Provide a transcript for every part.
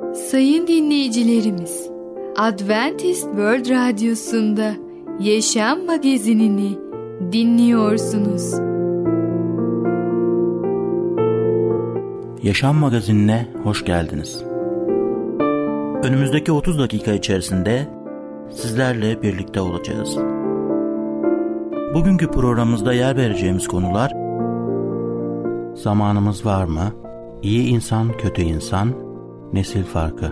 Sayın dinleyicilerimiz, Adventist World Radyosu'nda Yaşam Magazinini dinliyorsunuz. Yaşam Magazinine hoş geldiniz. Önümüzdeki 30 dakika içerisinde sizlerle birlikte olacağız. Bugünkü programımızda yer vereceğimiz konular: zamanımız var mı? İyi insan, kötü insan, nesil farkı.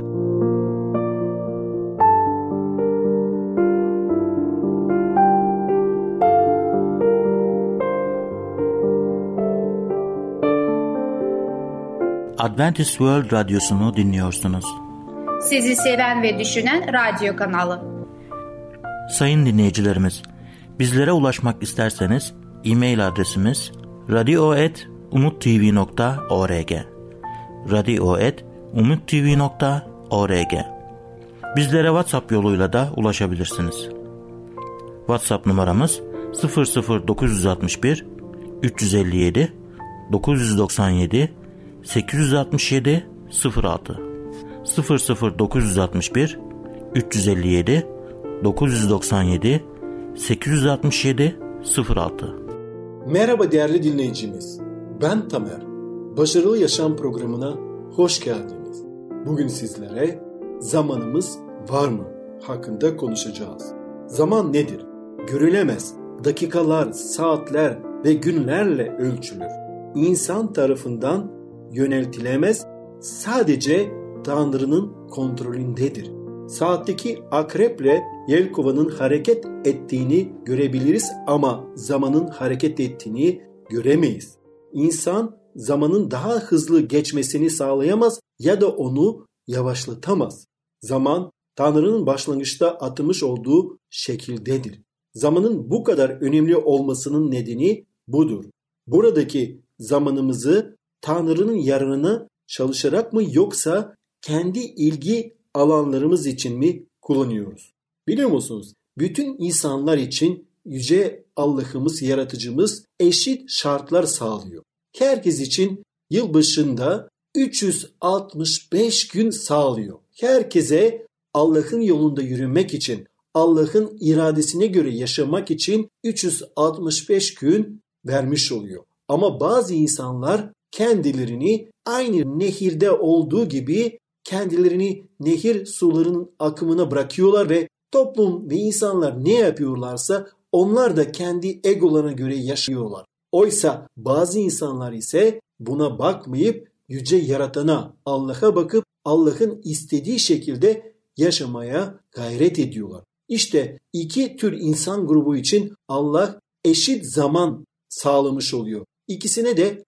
Adventist World Radyosu'nu dinliyorsunuz. Sizi seven ve düşünen radyo kanalı. Sayın dinleyicilerimiz, bizlere ulaşmak isterseniz e-mail adresimiz radio@umuttv.org radio@umuttv.org. Bizlere WhatsApp yoluyla da ulaşabilirsiniz. WhatsApp numaramız 00961 357 997 867 06 00961 357 997 867 06. Merhaba değerli dinleyicimiz. Ben Tamer. Başarılı Yaşam programına hoş geldiniz. Bugün sizlere zamanımız var mı hakkında konuşacağız. Zaman nedir? Görülemez. Dakikalar, saatler ve günlerle ölçülür. İnsan tarafından yöneltilemez. Sadece Tanrı'nın kontrolündedir. Saatteki akreple yelkovanın hareket ettiğini görebiliriz ama zamanın hareket ettiğini göremeyiz. İnsan zamanın daha hızlı geçmesini sağlayamaz ya da onu yavaşlatamaz. Zaman Tanrı'nın başlangıçta atmış olduğu şekildedir. Zamanın bu kadar önemli olmasının nedeni budur. Buradaki zamanımızı Tanrı'nın yararına çalışarak mı yoksa kendi ilgi alanlarımız için mi kullanıyoruz? Biliyor musunuz? Bütün insanlar için Yüce Allah'ımız, Yaratıcımız eşit şartlar sağlıyor. Herkes için yıl başında 365 gün sağlıyor. Herkese Allah'ın yolunda yürümek için, Allah'ın iradesine göre yaşamak için 365 gün vermiş oluyor. Ama bazı insanlar kendilerini aynı nehirde olduğu gibi kendilerini nehir sularının akımına bırakıyorlar ve toplum ve insanlar ne yapıyorlarsa onlar da kendi egolarına göre yaşıyorlar. Oysa bazı insanlar ise buna bakmayıp yüce yaratana, Allah'a bakıp Allah'ın istediği şekilde yaşamaya gayret ediyorlar. İşte iki tür insan grubu için Allah eşit zaman sağlamış oluyor. İkisine de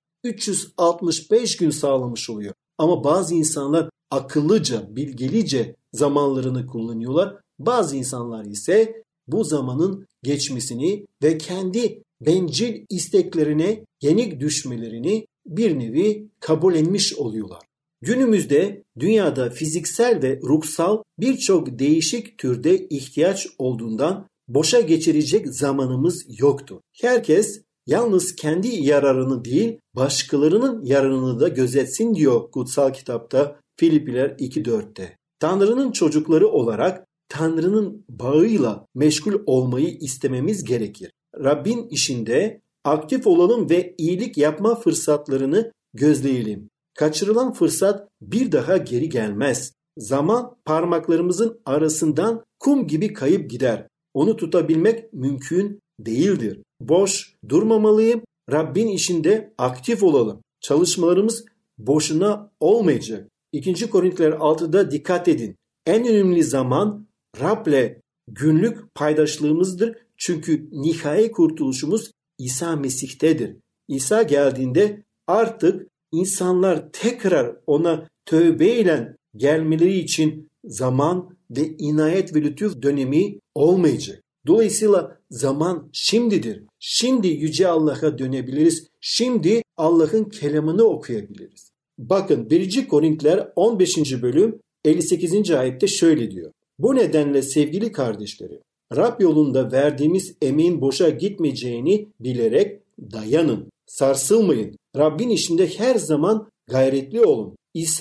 365 gün sağlamış oluyor. Ama bazı insanlar akıllıca, bilgelice zamanlarını kullanıyorlar. Bazı insanlar ise bu zamanın geçmesini ve kendi bencil isteklerine yenik düşmelerini bir nevi kabullenmiş oluyorlar. Günümüzde dünyada fiziksel ve ruhsal birçok değişik türde ihtiyaç olduğundan boşa geçirecek zamanımız yoktur. Herkes yalnız kendi yararını değil, başkalarının yararını da gözetsin diyor kutsal kitapta Filipiler 2:4'te. Tanrı'nın çocukları olarak Tanrı'nın bağıyla meşgul olmayı istememiz gerekir. Rabbin işinde aktif olalım ve iyilik yapma fırsatlarını gözleyelim. Kaçırılan fırsat bir daha geri gelmez. Zaman parmaklarımızın arasından kum gibi kayıp gider. Onu tutabilmek mümkün değildir. Boş durmamalıyım. Rabbin işinde aktif olalım. Çalışmalarımız boşuna olmayacak. 2. Korintiler 6'da dikkat edin. En önemli zaman Rab'le günlük paydaşlığımızdır. Çünkü nihai kurtuluşumuz İsa Mesih'tedir. İsa geldiğinde artık insanlar tekrar ona tövbeyle gelmeleri için zaman ve inayet ve lütuf dönemi olmayacak. Dolayısıyla zaman şimdidir. Şimdi Yüce Allah'a dönebiliriz. Şimdi Allah'ın kelamını okuyabiliriz. Bakın 1. Korintiler 15. bölüm 58. ayette şöyle diyor. Bu nedenle sevgili kardeşlerim, Rab yolunda verdiğimiz emeğin boşa gitmeyeceğini bilerek dayanın, sarsılmayın. Rabbin işinde her zaman gayretli olun. İsa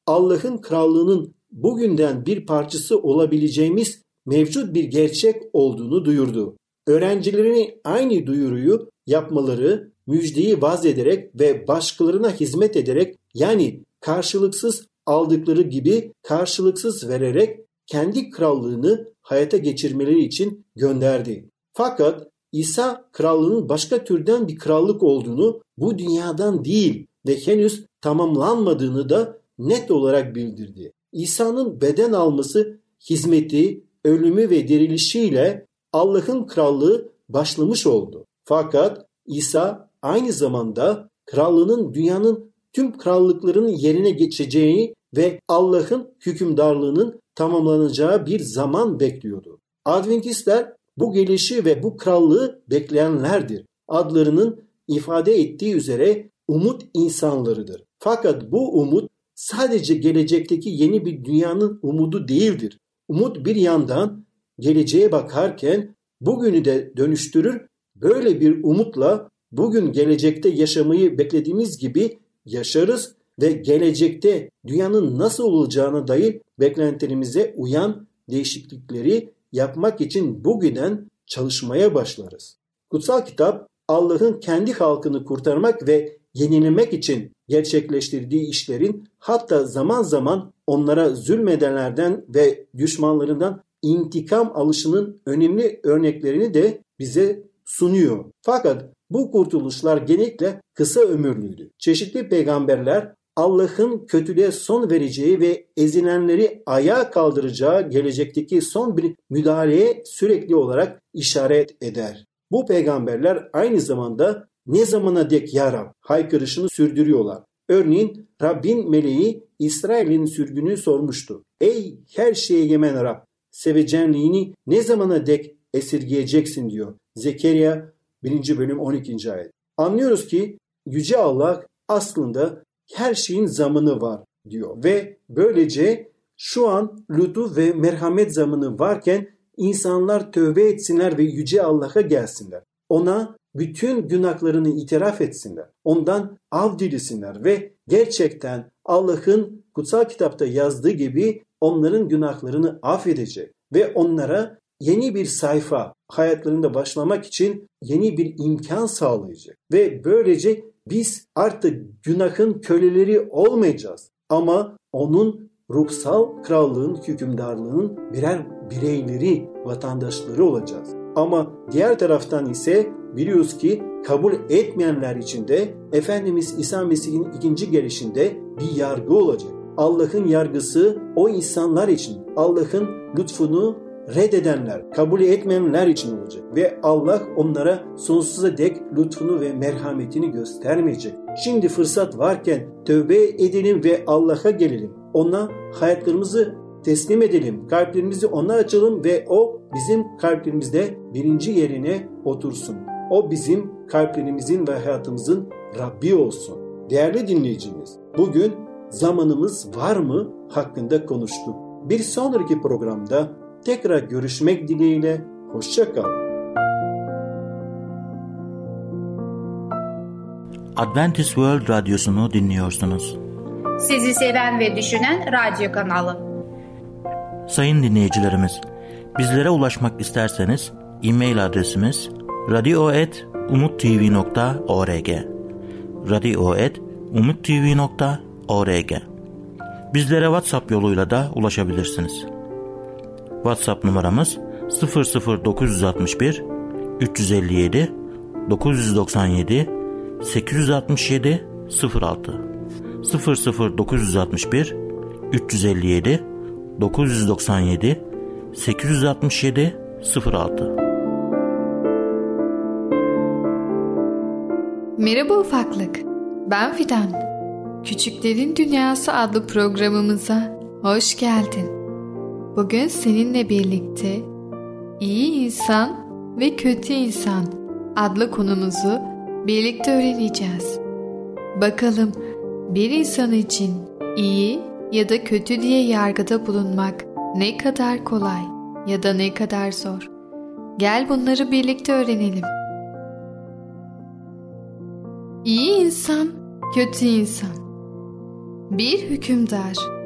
Allah'ın krallığının bugünden bir parçası olabileceğimiz mevcut bir gerçek olduğunu duyurdu. Öğrencilerine aynı duyuruyu yapmaları, müjdeyi vaz ederek ve başkalarına hizmet ederek, yani karşılıksız aldıkları gibi karşılıksız vererek kendi krallığını hayata geçirmeleri için gönderdi. Fakat İsa krallığının başka türden bir krallık olduğunu, bu dünyadan değil ve henüz tamamlanmadığını da net olarak bildirdi. İsa'nın beden alması, hizmeti, ölümü ve dirilişiyle Allah'ın krallığı başlamış oldu. Fakat İsa aynı zamanda krallığının dünyanın tüm krallıklarının yerine geçeceği ve Allah'ın hükümdarlığının tamamlanacağı bir zaman bekliyordu. Adventistler bu gelişi ve bu krallığı bekleyenlerdir. Adlarının ifade ettiği üzere umut insanlarıdır. Fakat bu umut sadece gelecekteki yeni bir dünyanın umudu değildir. Umut bir yandan geleceğe bakarken bugünü de dönüştürür. Böyle bir umutla bugün gelecekte yaşamayı beklediğimiz gibi yaşarız ve gelecekte dünyanın nasıl olacağına dair beklentilerimize uyan değişiklikleri yapmak için bugünden çalışmaya başlarız. Kutsal kitap Allah'ın kendi halkını kurtarmak ve yenilemek için gerçekleştirdiği işlerin, hatta zaman zaman onlara zulmedenlerden ve düşmanlarından intikam alışının önemli örneklerini de bize sunuyor. Fakat bu kurtuluşlar genellikle kısa ömürlüydü. Çeşitli peygamberler Allah'ın kötülüğe son vereceği ve ezilenleri ayağa kaldıracağı gelecekteki son bir müdahaleye sürekli olarak işaret eder. Bu peygamberler aynı zamanda ne zamana dek ya Rab haykırışını sürdürüyorlar. Örneğin Rabbin meleği İsrail'in sürgünü sormuştu. Ey her şeye egemen Rab, sevecenliğini ne zamana dek esirgeyeceksin diyor. Zekeriya 1. bölüm 12. ayet. Anlıyoruz ki Yüce Allah aslında her şeyin zamanı var diyor ve böylece şu an lütuf ve merhamet zamanı varken insanlar tövbe etsinler ve Yüce Allah'a gelsinler. Ona bütün günahlarını itiraf etsinler. Ondan af dilesinler ve gerçekten Allah'ın kutsal kitapta yazdığı gibi onların günahlarını affedecek ve onlara yeni bir sayfa hayatlarında başlamak için yeni bir imkan sağlayacak. Ve böylece biz artık günahın köleleri olmayacağız ama onun ruhsal krallığın, hükümdarlığının birer bireyleri, vatandaşları olacağız. Ama diğer taraftan ise biliyoruz ki kabul etmeyenler için de Efendimiz İsa Mesih'in ikinci gelişinde bir yargı olacak. Allah'ın yargısı o insanlar için, Allah'ın lütfunu reddedenler, kabul etmeyenler için olacak. Ve Allah onlara sonsuza dek lütfunu ve merhametini göstermeyecek. Şimdi fırsat varken tövbe edelim ve Allah'a gelelim. Ona hayatlarımızı teslim edelim. Kalplerimizi ona açalım ve o bizim kalplerimizde birinci yerine otursun. O bizim kalplerimizin ve hayatımızın Rabbi olsun. Değerli dinleyicimiz, bugün zamanımız var mı hakkında konuştuk. Bir sonraki programda tekrar görüşmek dileğiyle, hoşça kalın. Adventist World Radyosu'nu dinliyorsunuz. Sizi seven ve düşünen radyo kanalı. Sayın dinleyicilerimiz, bizlere ulaşmak isterseniz e-mail adresimiz radio@umuttv.org radio@umuttv.org. Bizlere WhatsApp yoluyla da ulaşabilirsiniz. WhatsApp numaramız 00961 357 997 867 06 00961 357 997 867 06. Merhaba ufaklık, ben Fidan. Küçüklerin Dünyası adlı programımıza hoş geldin. Bugün seninle birlikte iyi insan ve kötü insan adlı konumuzu birlikte öğreneceğiz. Bakalım bir insan için iyi ya da kötü diye yargıda bulunmak ne kadar kolay ya da ne kadar zor? Gel bunları birlikte öğrenelim. İyi insan, kötü insan. Bir hükümdar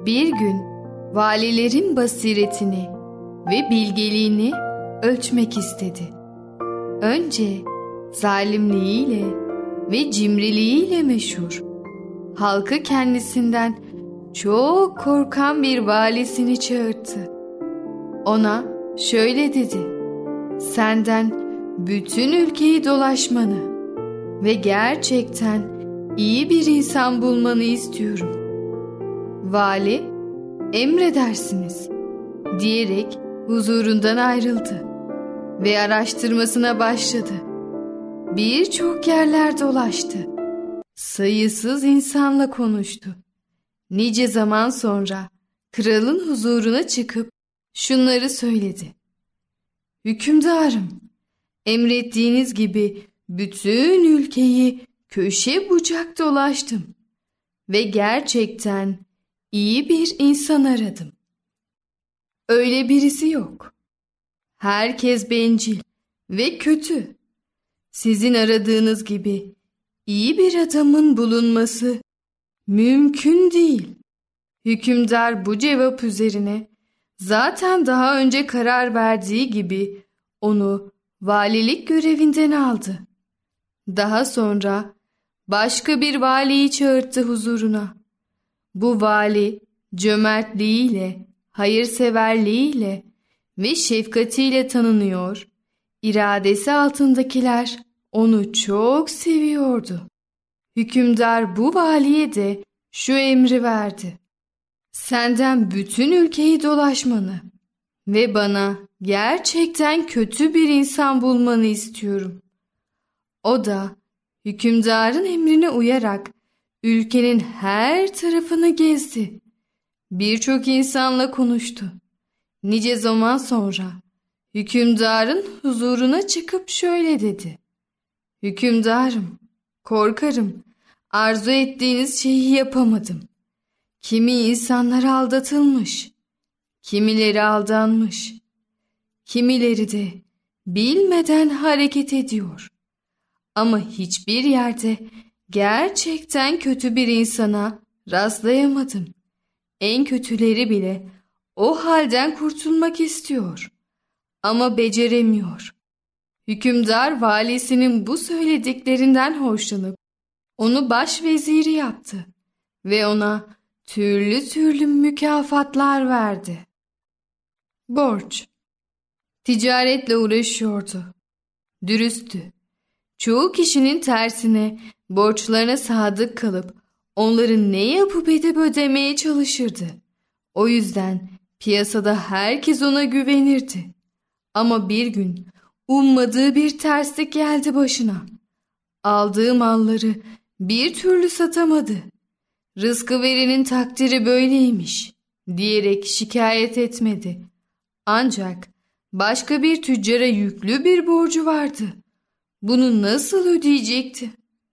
Bir gün valilerin basiretini ve bilgeliğini ölçmek istedi. Önce zalimliğiyle ve cimriliğiyle meşhur, halkı kendisinden çok korkan bir valisini çağırdı. Ona şöyle dedi: "Senden bütün ülkeyi dolaşmanı ve gerçekten iyi bir insan bulmanı istiyorum." Vali, "Emredersiniz," diyerek huzurundan ayrıldı ve araştırmasına başladı. Birçok yerler dolaştı. Sayısız insanla konuştu. Nice zaman sonra kralın huzuruna çıkıp şunları söyledi: "Hükümdarım, emrettiğiniz gibi bütün ülkeyi köşe bucak dolaştım ve gerçekten iyi bir insan aradım. Öyle birisi yok. Herkes bencil ve kötü. Sizin aradığınız gibi iyi bir adamın bulunması mümkün değil." Hükümdar bu cevap üzerine zaten daha önce karar verdiği gibi onu valilik görevinden aldı. Daha sonra başka bir valiyi çağırttı huzuruna. Bu vali cömertliğiyle, hayırseverliğiyle ve şefkatiyle tanınıyor, iradesi altındakiler onu çok seviyordu. Hükümdar bu valiye de şu emri verdi: "Senden bütün ülkeyi dolaşmanı ve bana gerçekten kötü bir insan bulmanı istiyorum." O da hükümdarın emrine uyarak ülkenin her tarafını gezdi. Birçok insanla konuştu. Nice zaman sonra hükümdarın huzuruna çıkıp şöyle dedi: "Hükümdarım, korkarım arzu ettiğiniz şeyi yapamadım. Kimi insanlar aldatılmış, kimileri aldanmış, kimileri de bilmeden hareket ediyor. Ama hiçbir yerde gerçekten kötü bir insana rastlayamadım. En kötüleri bile o halden kurtulmak istiyor ama beceremiyor." Hükümdar valisinin bu söylediklerinden hoşlanıp onu başveziri yaptı ve ona türlü türlü mükafatlar verdi. Borç. Ticaretle uğraşıyordu. Dürüsttü. Çoğu kişinin tersine borçlarına sadık kalıp onları ne yapıp edip ödemeye çalışırdı. O yüzden piyasada herkes ona güvenirdi. Ama bir gün ummadığı bir terslik geldi başına. Aldığı malları bir türlü satamadı. "Rızkı verenin takdiri böyleymiş," diyerek şikayet etmedi. Ancak başka bir tüccara yüklü bir borcu vardı. Bunu nasıl ödeyecekti?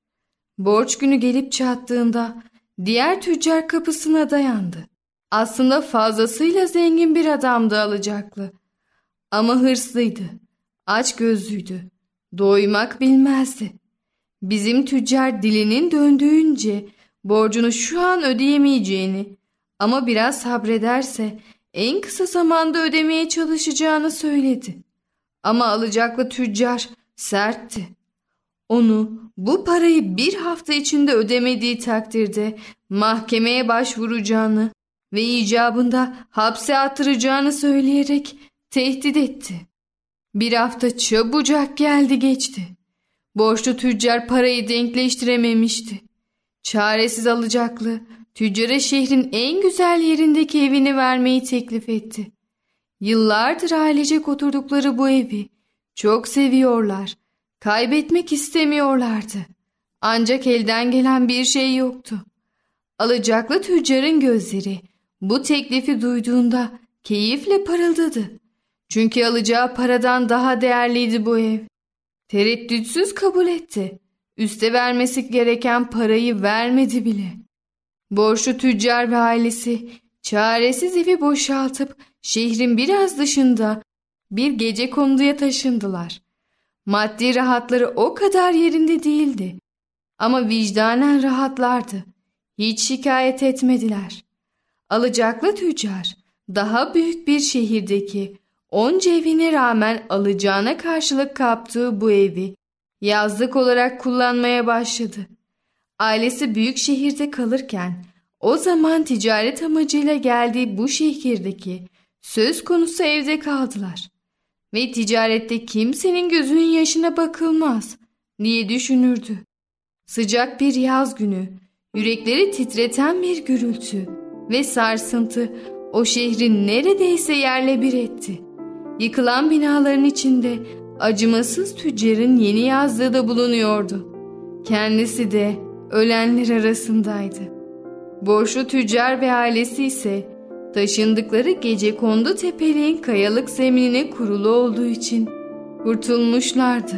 Borç günü gelip çattığında diğer tüccar kapısına dayandı. Aslında fazlasıyla zengin bir adamdı alacaklı. Ama hırslıydı, açgözlüydü, doymak bilmezdi. Bizim tüccar dilinin döndüğünce borcunu şu an ödeyemeyeceğini ama biraz sabrederse en kısa zamanda ödemeye çalışacağını söyledi. Ama alacaklı tüccar sertti. Onu bu parayı bir hafta içinde ödemediği takdirde mahkemeye başvuracağını ve icabında hapse attıracağını söyleyerek tehdit etti. Bir hafta çabucak geldi geçti. Borçlu tüccar parayı denkleştirememişti. Çaresiz alacaklı tüccara şehrin en güzel yerindeki evini vermeyi teklif etti. Yıllardır ailecek oturdukları bu evi çok seviyorlar, kaybetmek istemiyorlardı. Ancak elden gelen bir şey yoktu. Alacaklı tüccarın gözleri bu teklifi duyduğunda keyifle parıldadı. Çünkü alacağı paradan daha değerliydi bu ev. Tereddütsüz kabul etti. Üste vermesi gereken parayı vermedi bile. Borçlu tüccar ve ailesi çaresiz evi boşaltıp şehrin biraz dışında bir gecekonduya taşındılar. Maddi rahatları o kadar yerinde değildi. Ama vicdanen rahatlardı. Hiç şikayet etmediler. Alacaklı tüccar daha büyük bir şehirdeki onca evine rağmen alacağına karşılık kaptığı bu evi yazlık olarak kullanmaya başladı. Ailesi büyük şehirde kalırken o zaman ticaret amacıyla geldiği bu şehirdeki söz konusu evde kaldılar. Ve ticarette kimsenin gözünün yaşına bakılmaz diye düşünürdü. Sıcak bir yaz günü, yürekleri titreten bir gürültü ve sarsıntı o şehri neredeyse yerle bir etti. Yıkılan binaların içinde acımasız tüccarın yeni yazlığı da bulunuyordu. Kendisi de ölenler arasındaydı. Borçlu tüccar ve ailesi ise taşındıkları gecekondu tepeliğin kayalık zeminine kurulu olduğu için kurtulmuşlardı.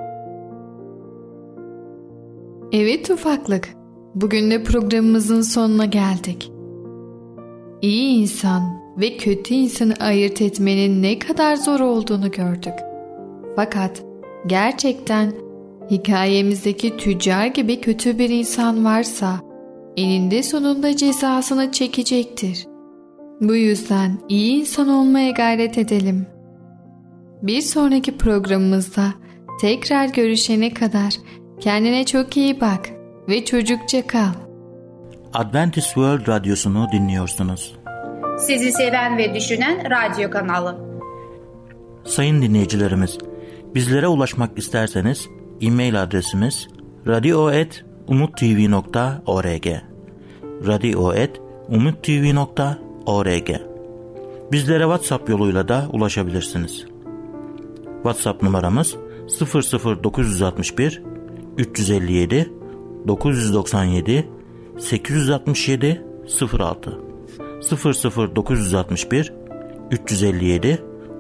Evet ufaklık, bugün de programımızın sonuna geldik. İyi insan ve kötü insanı ayırt etmenin ne kadar zor olduğunu gördük. Fakat gerçekten hikayemizdeki tüccar gibi kötü bir insan varsa eninde sonunda cezasını çekecektir. Bu yüzden iyi insan olmaya gayret edelim. Bir sonraki programımızda tekrar görüşene kadar kendine çok iyi bak ve çocukça kal. Adventist World Radyosu'nu dinliyorsunuz. Sizi seven ve düşünen radyo kanalı. Sayın dinleyicilerimiz, bizlere ulaşmak isterseniz e-mail adresimiz radio@umuttv.org radio@umuttv.org. Bizlere WhatsApp yoluyla da ulaşabilirsiniz. WhatsApp numaramız 00961 357 997 867 06 00961 357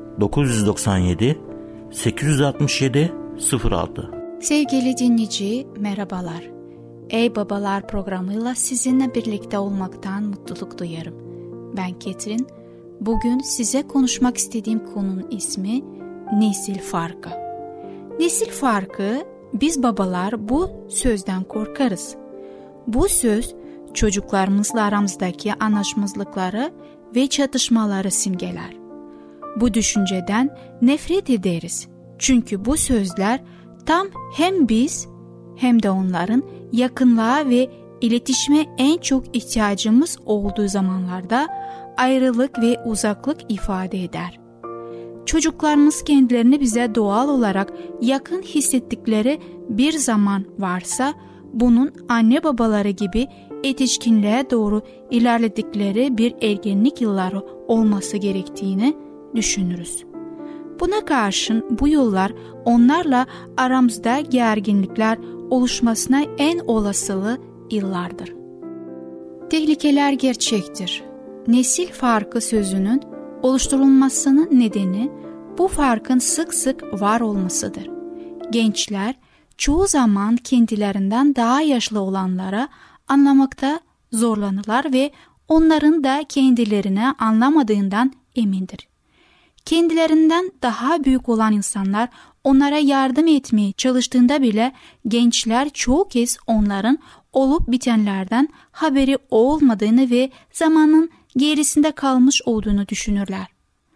997 867 06. Sevgili dinleyici, merhabalar. Ey Babalar programıyla sizinle birlikte olmaktan mutluluk duyarım. Ben Ketrin. Bugün size konuşmak istediğim konunun ismi nesil farkı. Nesil farkı, biz babalar bu sözden korkarız. Bu söz çocuklarımızla aramızdaki anlaşmazlıkları ve çatışmaları simgeler. Bu düşünceden nefret ederiz. Çünkü bu sözler tam hem biz hem de onların yakınlığa ve iletişime en çok ihtiyacımız olduğu zamanlarda ayrılık ve uzaklık ifade eder. Çocuklarımız kendilerini bize doğal olarak yakın hissettikleri bir zaman varsa, bunun anne babaları gibi yetişkinliğe doğru ilerledikleri bir ergenlik yılları olması gerektiğini düşünürüz. Buna karşın bu yıllar onlarla aramızda gerginlikler oluşmasına en olasılığı yıllardır. Tehlikeler gerçektir. Nesil farkı sözünün oluşturulmasının nedeni bu farkın sık sık var olmasıdır. Gençler çoğu zaman kendilerinden daha yaşlı olanlara anlamakta zorlanırlar ve onların da kendilerini anlamadığından emindir. Kendilerinden daha büyük olan insanlar onlara yardım etmeye çalıştığında bile gençler çoğu kez onların olup bitenlerden haberi olmadığını ve zamanın gerisinde kalmış olduğunu düşünürler.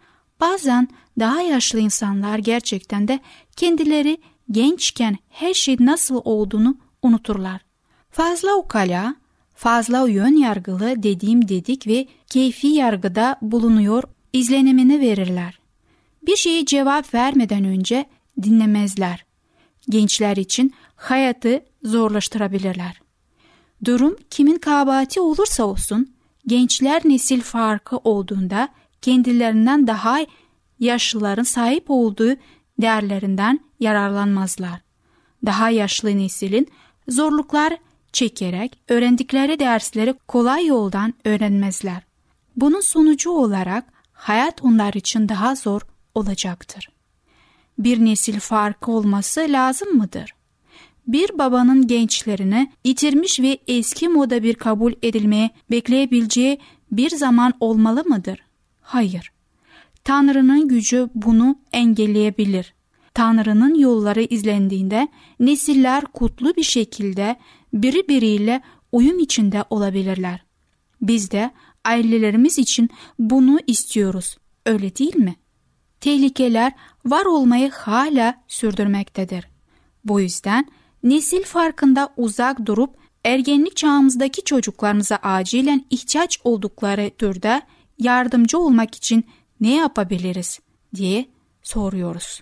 Bazen daha yaşlı insanlar gerçekten de kendileri gençken her şey nasıl olduğunu unuturlar. Fazla ukala, fazla yön yargılı dediğim dedik ve keyfi yargıda bulunuyor izlenimini verirler. Bir şeye cevap vermeden önce dinlemezler. Gençler için hayatı zorlaştırabilirler. Durum kimin kabahati olursa olsun, gençler nesil farkı olduğunda kendilerinden daha yaşlıların sahip olduğu değerlerinden yararlanmazlar. Daha yaşlı neslin zorluklar çekerek öğrendikleri dersleri kolay yoldan öğrenmezler. Bunun sonucu olarak hayat onlar için daha zor olacaktır. Bir nesil farkı olması lazım mıdır? Bir babanın gençlerini yitirmiş ve eski moda bir kabul edilmeye bekleyebileceği bir zaman olmalı mıdır? Hayır. Tanrı'nın gücü bunu engelleyebilir. Tanrı'nın yolları izlendiğinde nesiller kutlu bir şekilde birbiriyle uyum içinde olabilirler. Biz de ailelerimiz için bunu istiyoruz. Öyle değil mi? Tehlikeler var olmayı hala sürdürmektedir. Bu yüzden nesil farkında uzak durup ergenlik çağımızdaki çocuklarımıza acilen ihtiyaç oldukları türde yardımcı olmak için ne yapabiliriz diye soruyoruz.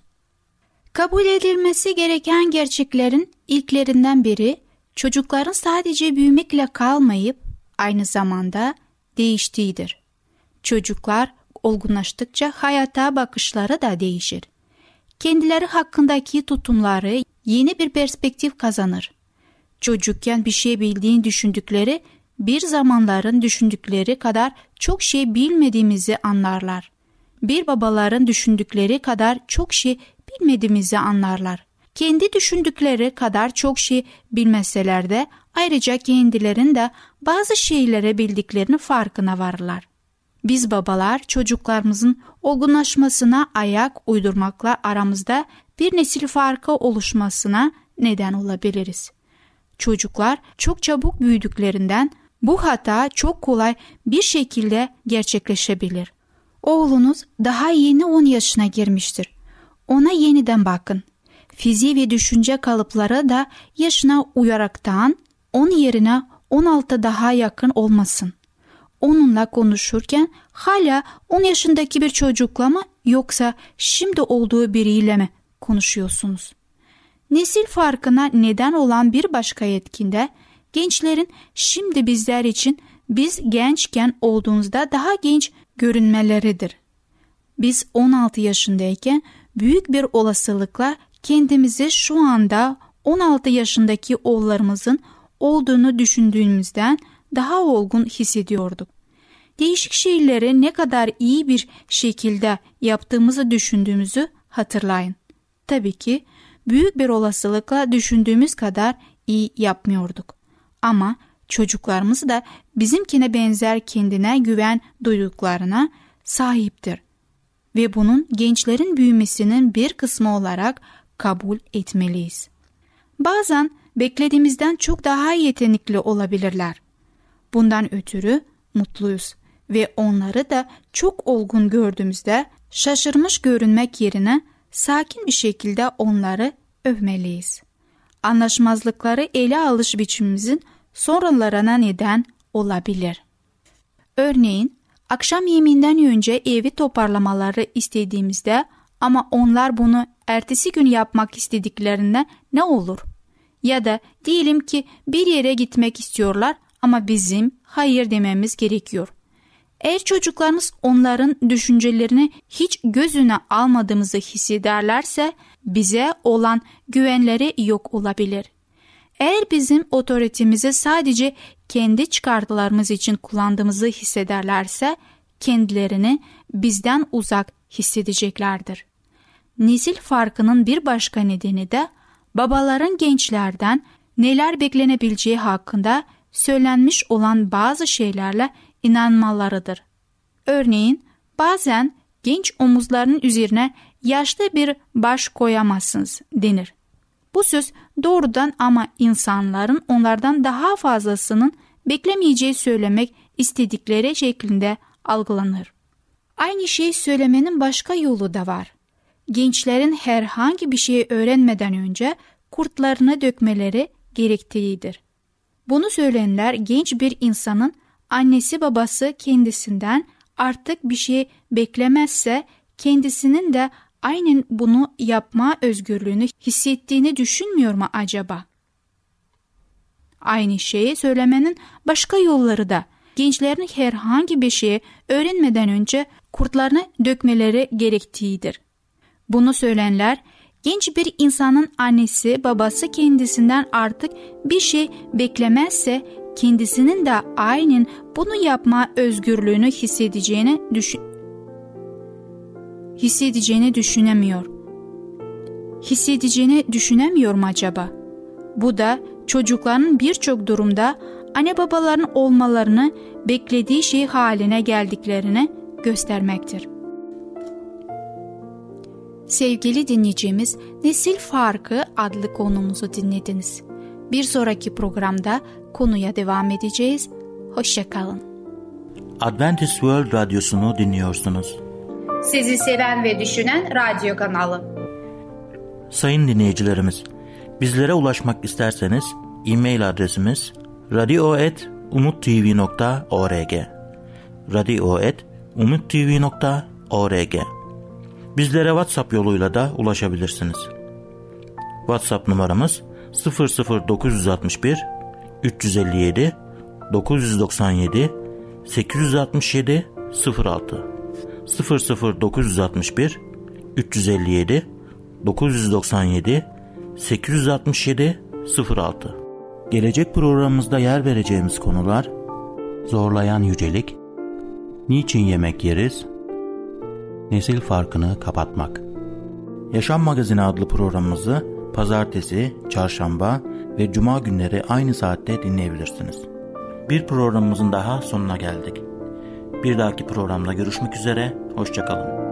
Kabul edilmesi gereken gerçeklerin ilklerinden biri çocukların sadece büyümekle kalmayıp aynı zamanda değiştiğidir. Çocuklar olgunlaştıkça hayata bakışları da değişir. Kendileri hakkındaki tutumları yeni bir perspektif kazanır. Çocukken bir şey bildiğini düşündükleri, bir zamanların düşündükleri kadar çok şey bilmediğimizi anlarlar. Bir babaların düşündükleri kadar çok şey bilmediğimizi anlarlar. Kendi düşündükleri kadar çok şey bilmeseler de ayrıca kendilerinin de bazı şeyleri bildiklerini farkına varırlar. Biz babalar çocuklarımızın olgunlaşmasına ayak uydurmakla aramızda bir nesil farkı oluşmasına neden olabiliriz. Çocuklar çok çabuk büyüdüklerinden bu hata çok kolay bir şekilde gerçekleşebilir. Oğlunuz daha yeni 10 yaşına girmiştir. Ona yeniden bakın. Fiziği ve düşünce kalıpları da yaşına uyaraktan 10 yerine 16 daha yakın olmasın. Onunla konuşurken hala 10 yaşındaki bir çocukla mı yoksa şimdi olduğu biriyle mi konuşuyorsunuz? Nesil farkına neden olan bir başka etkinde gençlerin şimdi bizler için biz gençken olduğumuzda daha genç görünmeleridir. Biz 16 yaşındayken büyük bir olasılıkla kendimizi şu anda 16 yaşındaki oğullarımızın olduğunu düşündüğümüzden daha olgun hissediyorduk. Değişik şeyleri ne kadar iyi bir şekilde yaptığımızı düşündüğümüzü hatırlayın. Tabii ki büyük bir olasılıkla düşündüğümüz kadar iyi yapmıyorduk. Ama çocuklarımız da bizimkine benzer kendine güven duyduklarına sahiptir. Ve bunun gençlerin büyümesinin bir kısmı olarak kabul etmeliyiz. Bazen beklediğimizden çok daha yetenekli olabilirler. Bundan ötürü mutluyuz ve onları da çok olgun gördüğümüzde şaşırmış görünmek yerine sakin bir şekilde onları övmeliyiz. Anlaşmazlıkları ele alış biçimimizin sorunlarına neden olabilir. Örneğin akşam yemeğinden önce evi toparlamaları istediğimizde ama onlar bunu ertesi gün yapmak istediklerinde ne olur? Ya da diyelim ki bir yere gitmek istiyorlar ama bizim hayır dememiz gerekiyor. Eğer çocuklarımız onların düşüncelerini hiç gözüne almadığımızı hissederlerse bize olan güvenleri yok olabilir. Eğer bizim otoritemizi sadece kendi çıkarlarımız için kullandığımızı hissederlerse kendilerini bizden uzak hissedeceklerdir. Nesil farkının bir başka nedeni de babaların gençlerden neler beklenebileceği hakkında söylenmiş olan bazı şeylerle inanmalarıdır. Örneğin bazen genç omuzlarının üzerine yaşlı bir baş koyamazsınız denir. Bu söz doğrudan ama insanların onlardan daha fazlasının beklemeyeceği söylemek istedikleri şeklinde algılanır. Aynı şeyi söylemenin başka yolu da var. Gençlerin herhangi bir şeyi öğrenmeden önce kurtlarını dökmeleri gerektiğidir. Bunu söyleyenler genç bir insanın annesi babası kendisinden artık bir şey beklemezse kendisinin de aynen bunu yapma özgürlüğünü hissettiğini düşünmüyor mu acaba? Aynı şeyi söylemenin başka yolları da gençlerin herhangi bir şeyi öğrenmeden önce kurtlarını dökmeleri gerektiğidir. Bunu söyleyenler genç bir insanın annesi babası kendisinden artık bir şey beklemezse kendisinin de aynen bunu yapma özgürlüğünü hissedeceğini düşünemiyor mu acaba? Bu da çocukların birçok durumda anne babaların olmalarını beklediği şey haline geldiklerini göstermektir. Sevgili dinleyicimiz, Nesil Farkı adlı konumuzu dinlediniz. Bir sonraki programda konuya devam edeceğiz. Hoşça kalın. Adventist World Radyosu'nu dinliyorsunuz. Sizi seven ve düşünen radyo kanalı. Sayın dinleyicilerimiz, bizlere ulaşmak isterseniz e-mail adresimiz radio@umuttv.org radio@umuttv.org. Bizlere WhatsApp yoluyla da ulaşabilirsiniz. WhatsApp numaramız 00961 357 997 867 06 00961 357 997 867 06. Gelecek programımızda yer vereceğimiz konular: zorlayan yücelik, niçin yemek yeriz, nesil farkını kapatmak. Yaşam Magazini adlı programımızı pazartesi, çarşamba ve cuma günleri aynı saatte dinleyebilirsiniz. Bir programımızın daha sonuna geldik. Bir dahaki programda görüşmek üzere, hoşça kalın.